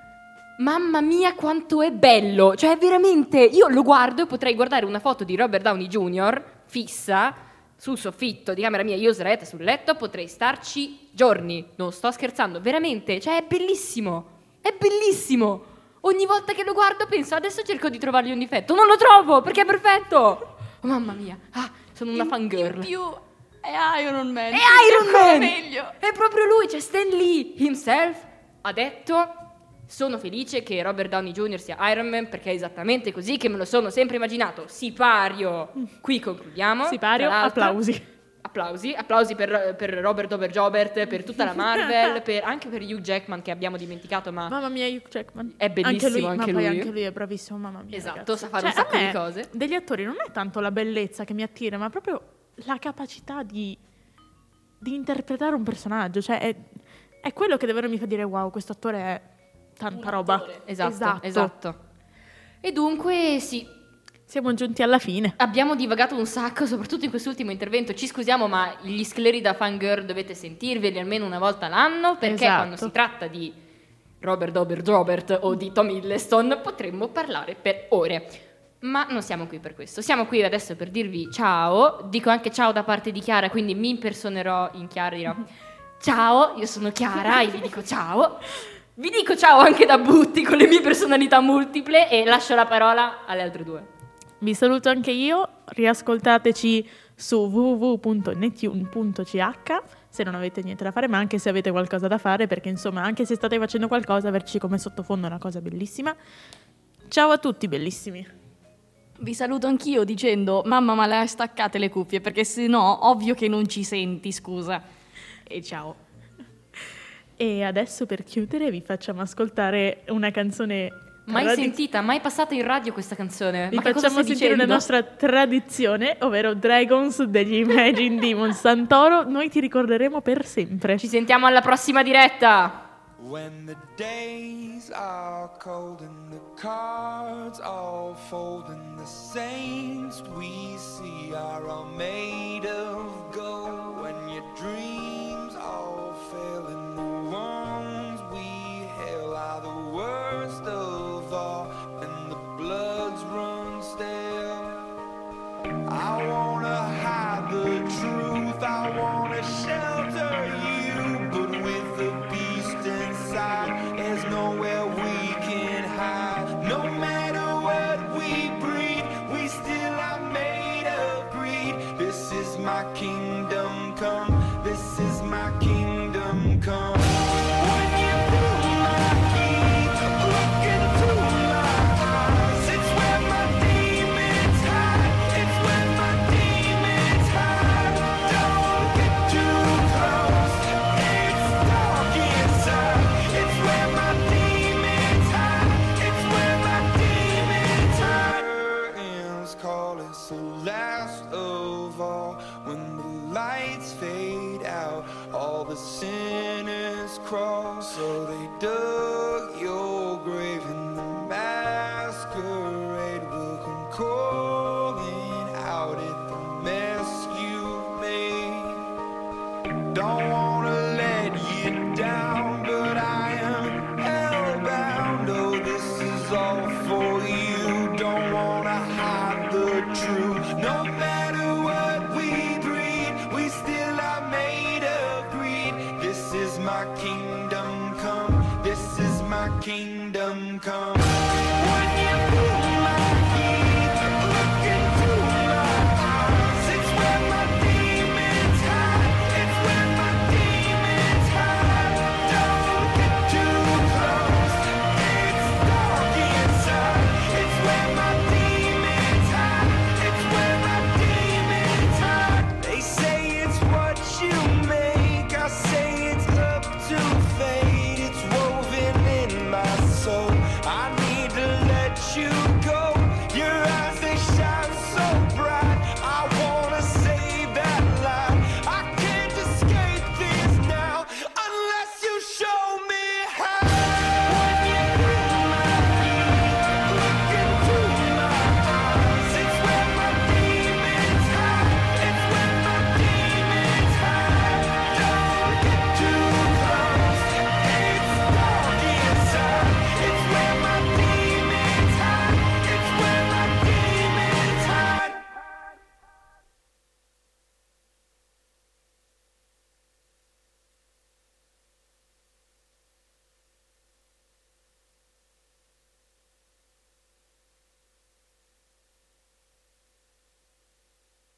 Mamma mia quanto è bello. Cioè veramente, io lo guardo e potrei guardare una foto di Robert Downey junior fissa sul soffitto di camera mia, io sdraiata sul letto, potrei starci giorni. Non sto scherzando, veramente. Cioè è bellissimo. È bellissimo. Ogni volta che lo guardo penso, adesso cerco di trovargli un difetto. Non lo trovo perché è perfetto. Oh, mamma mia. Ah, sono una In- fangirl. In più è Iron Man. È quindi Iron ancora Man! meglio. È proprio lui, cioè Stan Lee himself ha detto sono felice che Robert Downey junior sia Iron Man perché è esattamente così che me lo sono sempre immaginato. Sipario. Qui concludiamo. Sipario, Tra l'altro- applausi. Applausi, applausi per, per Robert Dober Jobert, per tutta la Marvel, per- anche per Hugh Jackman che abbiamo dimenticato, ma Mamma mia, Hugh Jackman. È bellissimo anche ma lui. poi anche lui è bravissimo, mamma mia. Esatto, ragazzi. sa fare Cioè, un sacco a me di cose. Degli attori non è tanto la bellezza che mi attira, ma proprio la capacità di, di interpretare un personaggio. Cioè, è, è quello che davvero mi fa dire: wow, questo attore è tanta roba. Esatto, esatto. E dunque, sì, Siamo giunti alla fine. abbiamo divagato un sacco, soprattutto in quest'ultimo intervento. Ci scusiamo, ma gli scleri da fangirl dovete sentirveli almeno una volta l'anno, perché Esatto. quando si tratta di Robert Dober Jobert o di Tom Hiddleston potremmo parlare per ore. Ma non siamo qui per questo. Siamo qui adesso per dirvi ciao. Dico anche ciao da parte di Chiara, quindi mi impersonerò in Chiara e dirò ciao, io sono Chiara e vi dico ciao. Vi dico ciao anche da Butti con le mie personalità multiple e lascio la parola alle altre due. Vi saluto anche io, riascoltateci su w w w punto netune punto c h se non avete niente da fare, ma anche se avete qualcosa da fare, perché insomma anche se state facendo qualcosa, averci come sottofondo è una cosa bellissima. Ciao a tutti bellissimi. Vi saluto anch'io dicendo mamma ma le hai staccate le cuffie perché se no ovvio che non ci senti, scusa. E ciao. E adesso per chiudere vi facciamo ascoltare una canzone Mai Tradi- sentita, mai passata in radio questa canzone. Vi Ma che cosa facciamo stai sentire la dicendo? nostra tradizione, ovvero Dragons degli Imagine Demons Santoro. Noi ti ricorderemo per sempre. Ci sentiamo alla prossima diretta. When the days are cold and the cards all fold and the saints we see are all made of gold, when your dreams all fail and the ones we hail are the worst of all and the bloods run stale, I wanna hide the truth, I wanna shelter you, but with the beast inside, there's nowhere we can hide. No matter what we breed, we still are made of greed. This is my kingdom come, this is my kingdom come. When you feel my heat, look into my eyes, it's where my demons hide, it's where my demons hide. Don't get too close, it's dark inside, it's where my demons hide, it's where my demons hide. Curtains call, it's the last of all. When the lights fade out, all the sinners crawl. So they dug your grave and the masquerade will come calling out at the mess you made. Don't wanna let you down, but I am hellbound. Oh, this is all for you. Don't wanna hide the truth. No matter what we breed, we still are made of greed. This is my kingdom come. This is my kingdom come.